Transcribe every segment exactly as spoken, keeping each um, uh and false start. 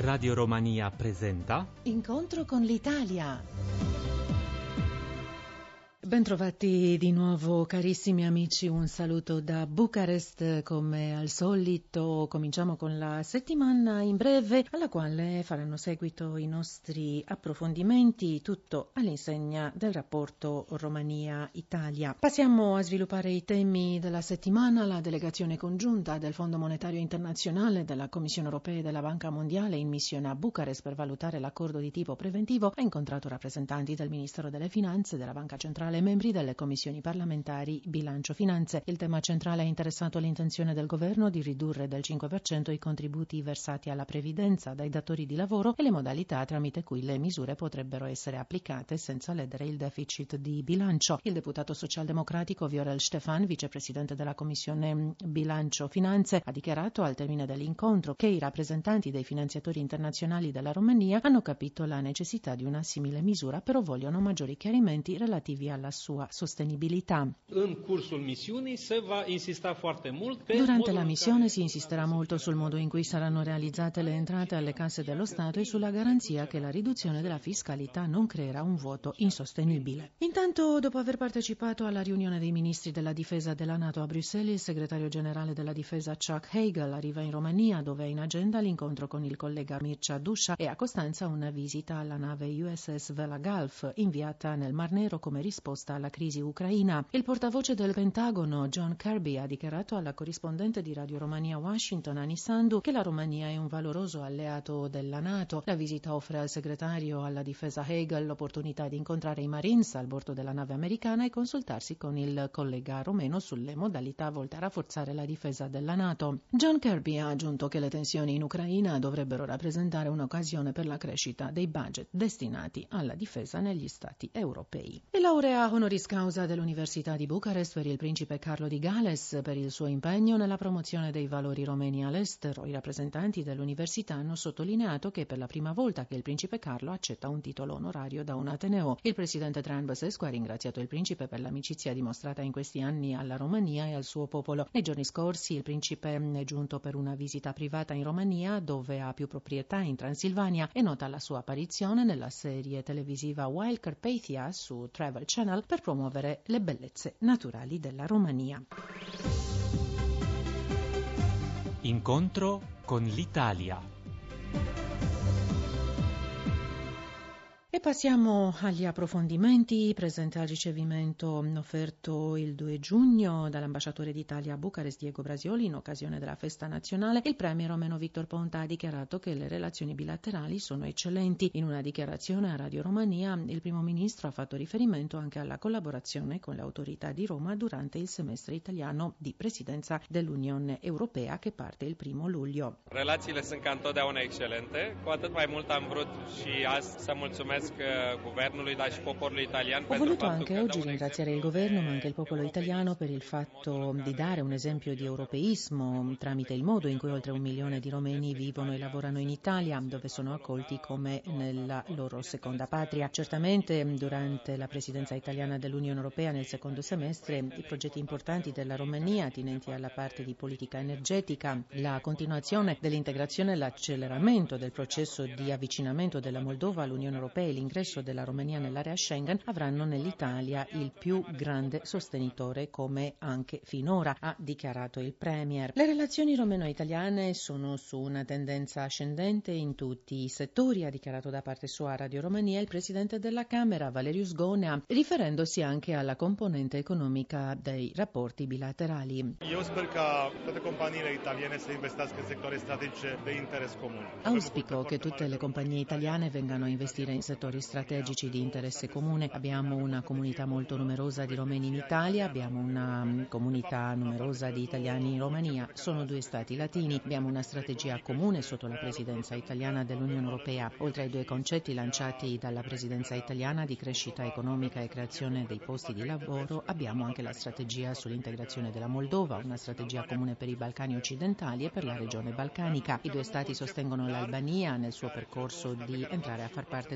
Radio Romania presenta Incontro con l'Italia. Bentrovati di nuovo carissimi amici, un saluto da Bucarest. Come al solito cominciamo con la settimana in breve alla quale faranno seguito i nostri approfondimenti, tutto all'insegna del rapporto Romania-Italia. Passiamo a sviluppare i temi della settimana. La delegazione congiunta del Fondo Monetario Internazionale, della Commissione Europea e della Banca Mondiale in missione a Bucarest per valutare l'accordo di tipo preventivo ha incontrato rappresentanti del Ministero delle Finanze, della Banca Centrale e membri delle commissioni parlamentari Bilancio Finanze. Il tema centrale ha interessato l'intenzione del governo di ridurre del cinque per cento i contributi versati alla previdenza dai datori di lavoro e le modalità tramite cui le misure potrebbero essere applicate senza ledere il deficit di bilancio. Il deputato socialdemocratico Viorel Ștefan, vicepresidente della commissione Bilancio Finanze, ha dichiarato al termine dell'incontro che i rappresentanti dei finanziatori internazionali della Romania hanno capito la necessità di una simile misura, però vogliono maggiori chiarimenti relativi alla sua sostenibilità. În cursul misiunii se va insista foarte mult pe Durante la missione si insisterà molto sul modo in cui saranno realizzate le entrate alle casse dello Stato e sulla garanzia che la riduzione della fiscalità non creerà un vuoto insostenibile. Intanto, dopo aver partecipato alla riunione dei ministri della difesa della NATO a Bruxelles, il segretario generale della difesa Chuck Hagel arriva in Romania, dove è in agenda l'incontro con il collega Mircea Dușa e a Costanza una visita alla nave U S S Vela Gulf, inviata nel Mar Nero come risposta alla crisi ucraina. Il portavoce del Pentagono, John Kirby, ha dichiarato alla corrispondente di Radio Romania Washington, Ani Sandu, che la Romania è un valoroso alleato della NATO. La visita offre al segretario alla difesa Hagel l'opportunità di incontrare i Marines al bordo della nave americana e consultarsi con il collega romeno sulle modalità volte a rafforzare la difesa della NATO. John Kirby ha aggiunto che le tensioni in Ucraina dovrebbero rappresentare un'occasione per la crescita dei budget destinati alla difesa negli Stati europei. Il laurea honoris causa dell'Università di Bucarest per il principe Carlo di Galles per il suo impegno nella promozione dei valori romeni all'estero. I rappresentanti dell'università hanno sottolineato che è per la prima volta che il principe Carlo accetta un titolo onorario da un ateneo. Il presidente Traian Băsescu ha ringraziato il principe per l'amicizia dimostrata in questi anni alla Romania e al suo popolo. Nei giorni scorsi il principe è giunto per una visita privata in Romania, dove ha più proprietà in Transilvania. È nota la sua apparizione nella serie televisiva Wild Carpathia su Travel Channel per promuovere le bellezze naturali della Romania. Incontro con l'Italia. E passiamo agli approfondimenti. Presente al ricevimento offerto il due giugno dall'ambasciatore d'Italia a Bucarest Diego Brasioli in occasione della festa nazionale, il premier romeno Victor Ponta ha dichiarato che le relazioni bilaterali sono eccellenti. In una dichiarazione a Radio Romania, il primo ministro ha fatto riferimento anche alla collaborazione con le autorità di Roma durante il semestre italiano di presidenza dell'Unione Europea che parte il primo luglio. Relațiile sunt ca întotdeauna excelente, cu atât mai mult am vrut și azi să mulțumesc guvernului, dar și poporului italian. Ho voluto anche oggi ringraziare il governo, ma anche il popolo italiano per il fatto di dare un esempio di europeismo tramite il modo in cui oltre un milione di romeni vivono e lavorano in Italia, dove sono accolti come nella loro seconda patria. Certamente durante la presidenza italiana dell'Unione Europea nel secondo semestre i progetti importanti della Romania attinenti alla parte di politica energetica, la continuazione dell'integrazione e l'acceleramento del processo di avvicinamento della Moldova all'Unione Europea e l'ingresso della Romania nell'area Schengen avranno nell'Italia il più grande sostenitore, come anche finora, ha dichiarato il premier. Le relazioni romeno-italiane sono su una tendenza ascendente in tutti i settori, ha dichiarato da parte sua a Radio Romania il presidente della Camera Valerius Gonea, riferendosi anche alla componente economica dei rapporti bilaterali. Io spero che tutte le compagnie italiane si investească in settori strategici di interesse comune. Auspico che tutte le compagnie italiane vengano a investire in settori strategici di interesse comune. Abbiamo una comunità molto numerosa di romeni in Italia, abbiamo una comunità numerosa di italiani in Romania, sono due stati latini, abbiamo una strategia comune sotto la presidenza italiana dell'Unione Europea. Oltre ai due concetti lanciati dalla presidenza italiana di crescita economica e creazione dei posti di lavoro, abbiamo anche la strategia sull'integrazione della Moldova, una strategia comune per i Balcani occidentali e per la regione balcanica. I due stati sostengono l'Albania nel suo percorso di entrare a far parte dell'Unione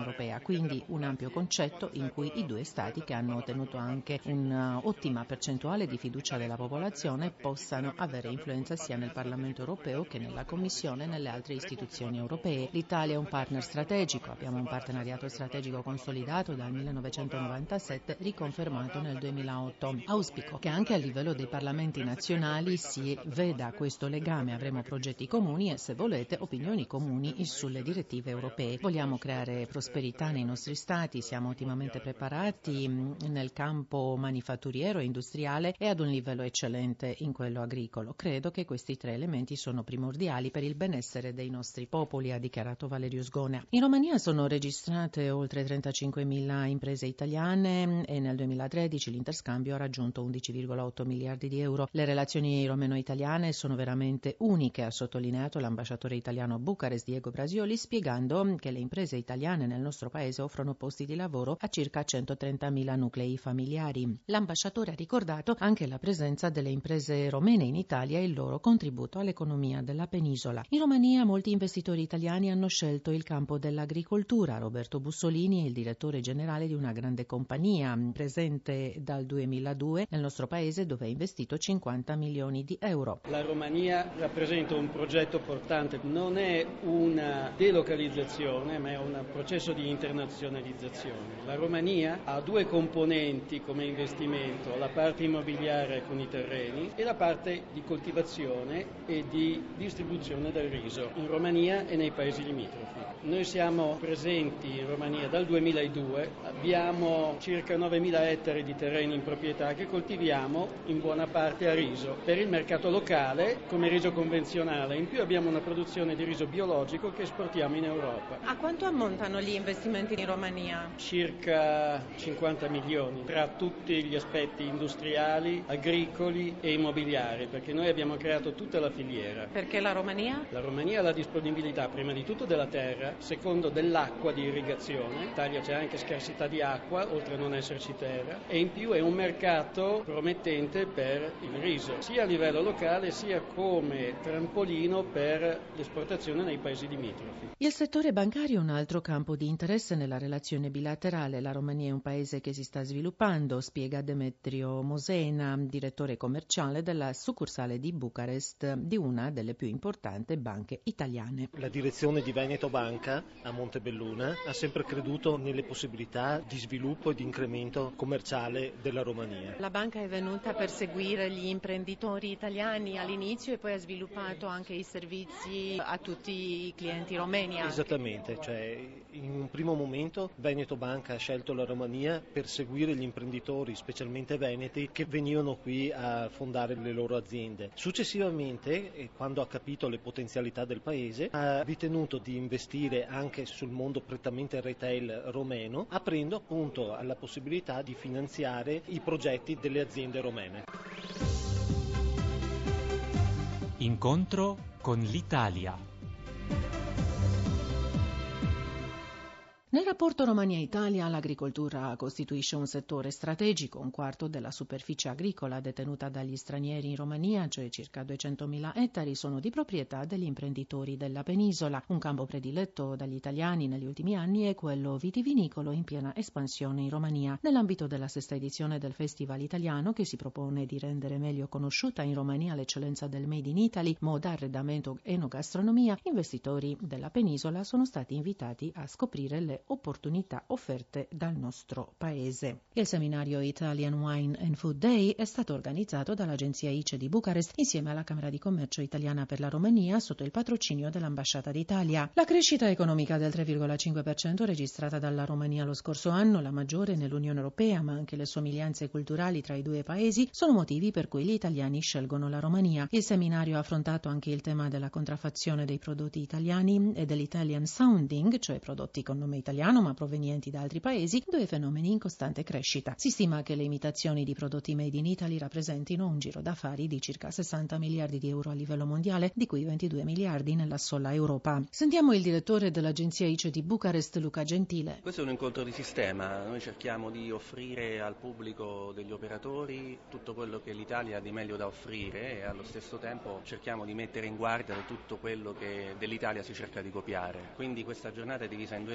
Europea, quindi un ampio concetto in cui i due Stati, che hanno ottenuto anche un'ottima percentuale di fiducia della popolazione, possano avere influenza sia nel Parlamento europeo che nella Commissione e nelle altre istituzioni europee. L'Italia è un partner strategico, abbiamo un partenariato strategico consolidato dal millenovecentonovantasette, riconfermato nel duemilaotto. Auspico che anche a livello dei parlamenti nazionali si veda questo legame, avremo progetti comuni e, se volete, opinioni comuni sulle direttive europee. Vogliamo creare prosperità nei nostri Stati, siamo ottimamente preparati nel campo manifatturiero e industriale e ad un livello eccellente in quello agricolo. Credo che questi tre elementi sono primordiali per il benessere dei nostri popoli, ha dichiarato Valerio Sgona. In Romania sono registrate oltre trentacinquemila imprese italiane e nel duemilatredici l'interscambio ha raggiunto undici virgola otto miliardi di euro. Le relazioni romeno-italiane sono veramente uniche, ha sottolineato l'ambasciatore italiano a Bucarest Diego Brasioli, spiegando che le imprese italiane nel nostro paese offrono posti di lavoro a circa centotrentamila nuclei familiari. L'ambasciatore ha ricordato anche la presenza delle imprese romene in Italia e il loro contributo all'economia della penisola. In Romania molti investitori italiani hanno scelto il campo dell'agricoltura. Roberto Bussolini è il direttore generale di una grande compagnia presente dal duemiladue nel nostro paese, dove ha investito cinquanta milioni di euro. La Romania rappresenta un progetto portante, non è una delocalizzazione ma è un processo di internazionalizzazione. La Romania ha due componenti come investimento, la parte immobiliare con i terreni e la parte di coltivazione e di distribuzione del riso in Romania e nei paesi limitrofi. Noi siamo presenti in Romania dal duemiladue, abbiamo circa novemila ettari di terreni in proprietà che coltiviamo in buona parte a riso per il mercato locale come riso convenzionale. In più abbiamo una produzione di riso biologico che esportiamo in Europa. A quanto ammontano gli investimenti in Romania? Circa cinquanta milioni tra tutti gli aspetti industriali, agricoli e immobiliari, perché noi abbiamo creato tutta la filiera. Perché la Romania? La Romania ha la disponibilità prima di tutto della terra, secondo dell'acqua di irrigazione. In Italia c'è anche scarsità di acqua, oltre a non esserci terra, e in più è un mercato promettente per il riso, sia a livello locale sia come trampolino per l'esportazione nei paesi limitrofi. Il settore bancario è un altro campo di interesse nella relazione bilaterale. La Romania è un paese che si sta sviluppando, spiega Demetrio Mosena, direttore commerciale della succursale di Bucarest di una delle più importanti banche italiane. La direzione di Veneto Banca a Montebelluna ha sempre creduto nelle possibilità di sviluppo e di incremento commerciale della Romania. La banca è venuta per seguire gli imprenditori italiani all'inizio e poi ha sviluppato anche i servizi a tutti i clienti romeni. Esattamente, cioè in un primo momento Veneto Banca ha scelto la Romania per seguire gli imprenditori, specialmente veneti, che venivano qui a fondare le loro aziende. Successivamente, quando ha capito le potenzialità del paese, ha ritenuto di investire anche sul mondo prettamente retail romeno, aprendo appunto alla possibilità di finanziare i progetti delle aziende romene. Incontro con l'Italia. Nel rapporto Romania-Italia l'agricoltura costituisce un settore strategico, un quarto della superficie agricola detenuta dagli stranieri in Romania, cioè circa duecentomila ettari, sono di proprietà degli imprenditori della penisola. Un campo prediletto dagli italiani negli ultimi anni è quello vitivinicolo in piena espansione in Romania. Nell'ambito della sesta edizione del Festival Italiano, che si propone di rendere meglio conosciuta in Romania l'eccellenza del Made in Italy, moda, arredamento, enogastronomia, investitori della penisola sono stati invitati a scoprire le opportunità offerte dal nostro paese. Il seminario Italian Wine and Food Day è stato organizzato dall'agenzia I C E di Bucarest insieme alla Camera di Commercio italiana per la Romania sotto il patrocinio dell'Ambasciata d'Italia. La crescita economica del tre virgola cinque per cento registrata dalla Romania lo scorso anno, la maggiore nell'Unione Europea, ma anche le somiglianze culturali tra i due paesi, sono motivi per cui gli italiani scelgono la Romania. Il seminario ha affrontato anche il tema della contraffazione dei prodotti italiani e dell'Italian sounding, cioè prodotti con nome italiano ma provenienti da altri paesi, due fenomeni in costante crescita. Si stima che le imitazioni di prodotti made in Italy rappresentino un giro d'affari di circa sessanta miliardi di euro a livello mondiale, di cui ventidue miliardi nella sola Europa. Sentiamo il direttore dell'agenzia I C E di Bucarest, Luca Gentile. Questo è un incontro di sistema, noi cerchiamo di offrire al pubblico degli operatori tutto quello che l'Italia ha di meglio da offrire e allo stesso tempo cerchiamo di mettere in guardia da tutto quello che dell'Italia si cerca di copiare. Quindi questa giornata è divisa in due parti, una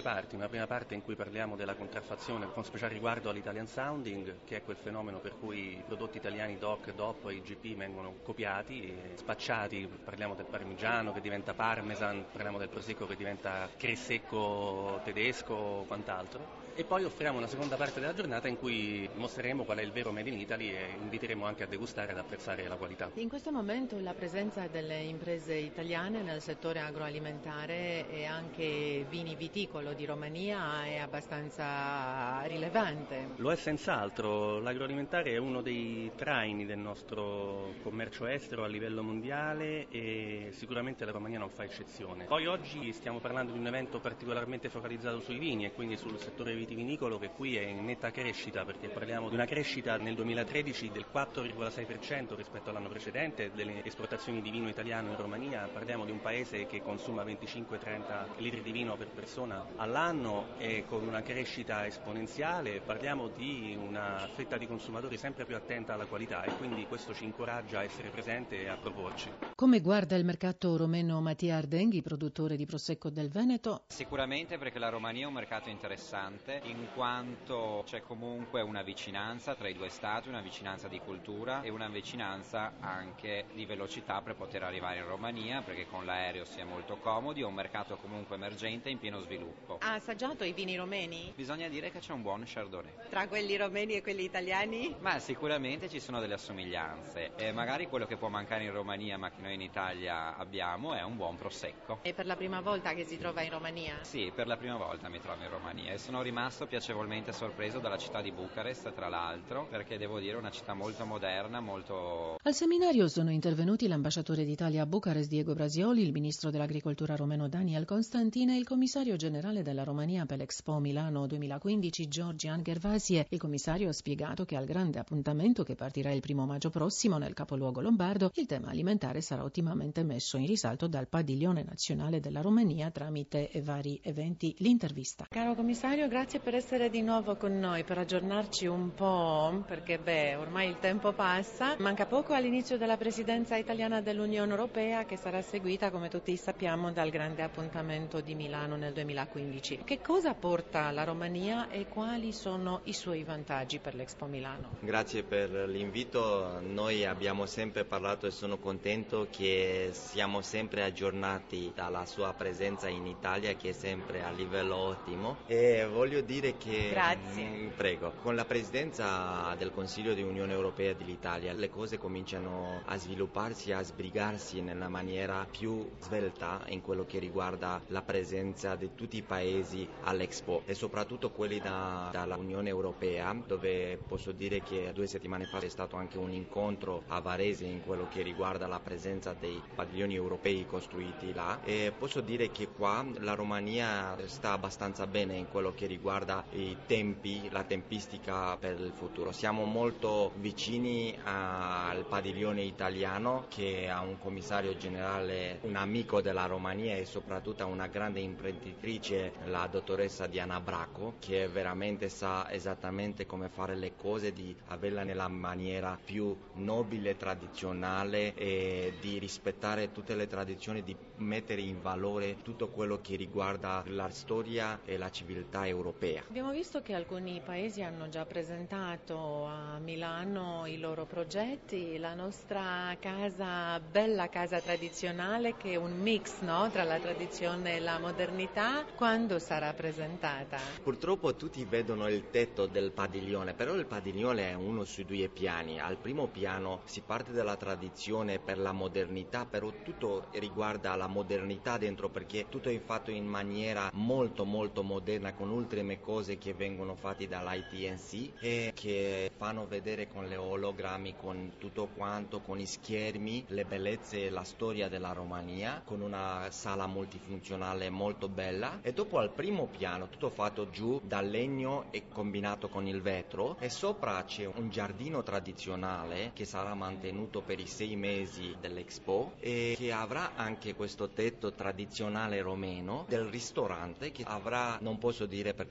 una prima parte in cui parliamo della contraffazione con special riguardo all'Italian Sounding, che è quel fenomeno per cui i prodotti italiani D O C, D O P, I G P vengono copiati, spacciati, parliamo del parmigiano che diventa parmesan, parliamo del prosecco che diventa cresecco tedesco o quant'altro. E poi offriamo una seconda parte della giornata in cui mostreremo qual è il vero Made in Italy e inviteremo anche a degustare ed apprezzare la qualità. In questo momento la presenza delle imprese italiane nel settore agroalimentare e anche vini viticolo di Romania è abbastanza rilevante. Lo è senz'altro, l'agroalimentare è uno dei traini del nostro commercio estero a livello mondiale e sicuramente la Romania non fa eccezione. Poi oggi stiamo parlando di un evento particolarmente focalizzato sui vini e quindi sul settore vitivinicolo, che qui è in netta crescita, perché parliamo di una crescita nel duemilatredici del quattro virgola sei per cento rispetto all'anno precedente delle esportazioni di vino italiano in Romania. Parliamo di un paese che consuma venticinque trenta litri di vino per persona all'anno e con una crescita esponenziale. Parliamo di una fetta di consumatori sempre più attenta alla qualità e quindi questo ci incoraggia a essere presente e a proporci. Come guarda il mercato romeno Mattia Ardenghi, produttore di Prosecco del Veneto? Sicuramente, perché la Romania è un mercato interessante in quanto c'è comunque una vicinanza tra i due stati, una vicinanza di cultura e una vicinanza anche di velocità per poter arrivare in Romania, perché con l'aereo si è molto comodi, è un mercato comunque emergente in pieno sviluppo. Ha assaggiato i vini romeni? Bisogna dire che c'è un buon Chardonnay. Tra quelli romeni e quelli italiani? Ma sicuramente ci sono delle assomiglianze e magari quello che può mancare in Romania ma che noi in Italia abbiamo è un buon Prosecco. È per la prima volta che si trova in Romania? Sì, per la prima volta mi trovo in Romania e sono rimasto piacevolmente sorpreso dalla città di Bucarest, tra l'altro, perché devo dire una città molto moderna, molto... Al seminario sono intervenuti l'ambasciatore d'Italia a Bucarest Diego Brasioli, il ministro dell'agricoltura romeno Daniel Constantin e il commissario generale della Romania per l'Expo Milano duemilaquindici Georgian Gervasie. Il commissario ha spiegato che al grande appuntamento che partirà il primo maggio prossimo nel capoluogo lombardo, il tema alimentare sarà ottimamente messo in risalto dal padiglione nazionale della Romania tramite vari eventi. L'intervista. Caro commissario, grazie per essere di nuovo con noi, per aggiornarci un po', perché beh, ormai il tempo passa. Manca poco all'inizio della presidenza italiana dell'Unione Europea, che sarà seguita, come tutti sappiamo, dal grande appuntamento di Milano nel duemilaquindici. Che cosa porta la Romania e quali sono i suoi vantaggi per l'Expo Milano? Grazie per l'invito. Noi abbiamo sempre parlato e sono contento che siamo sempre aggiornati dalla sua presenza in Italia, che è sempre a livello ottimo, e voglio dire che Grazie. Mh, prego, con la presidenza del Consiglio di Unione Europea dell'Italia le cose cominciano a svilupparsi, a sbrigarsi nella maniera più svelta in quello che riguarda la presenza di tutti i paesi all'Expo e soprattutto quelli da, dalla Unione Europea, dove posso dire che due settimane fa è stato anche un incontro a Varese in quello che riguarda la presenza dei padiglioni europei costruiti là, e posso dire che qua la Romania sta abbastanza bene in quello che riguarda i tempi, la tempistica per il futuro. Siamo molto vicini al padiglione italiano, che ha un commissario generale, un amico della Romania e soprattutto una grande imprenditrice, la dottoressa Diana Braco, che veramente sa esattamente come fare le cose, di averla nella maniera più nobile, tradizionale, e di rispettare tutte le tradizioni, di mettere in valore tutto quello che riguarda la storia e la civiltà europea. Abbiamo visto che alcuni paesi hanno già presentato a Milano i loro progetti, la nostra casa, bella casa tradizionale, che è un mix, no, tra la tradizione e la modernità. Quando sarà presentata? Purtroppo tutti vedono il tetto del padiglione, però il padiglione è uno sui due piani. Al primo piano si parte dalla tradizione per la modernità, però tutto riguarda la modernità dentro, perché tutto è fatto in maniera molto molto moderna, con ultime cose che vengono fatte dall'I T N C e che fanno vedere con le ologrammi, con tutto quanto, con i schermi, le bellezze e la storia della Romania, con una sala multifunzionale molto bella. E dopo al primo piano tutto fatto giù dal legno e combinato con il vetro, e sopra c'è un giardino tradizionale che sarà mantenuto per i sei mesi dell'Expo e che avrà anche questo tetto tradizionale romeno del ristorante, che avrà, non posso dire perché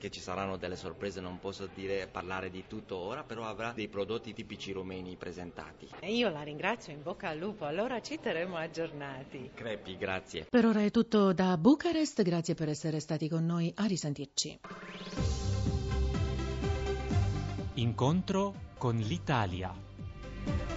che ci saranno delle sorprese, non posso dire parlare di tutto ora, però avrà dei prodotti tipici rumeni presentati. E io la ringrazio, in bocca al lupo, allora ci terremo aggiornati. Crepi, grazie. Per ora è tutto da Bucarest, grazie per essere stati con noi, a risentirci. Incontro con l'Italia.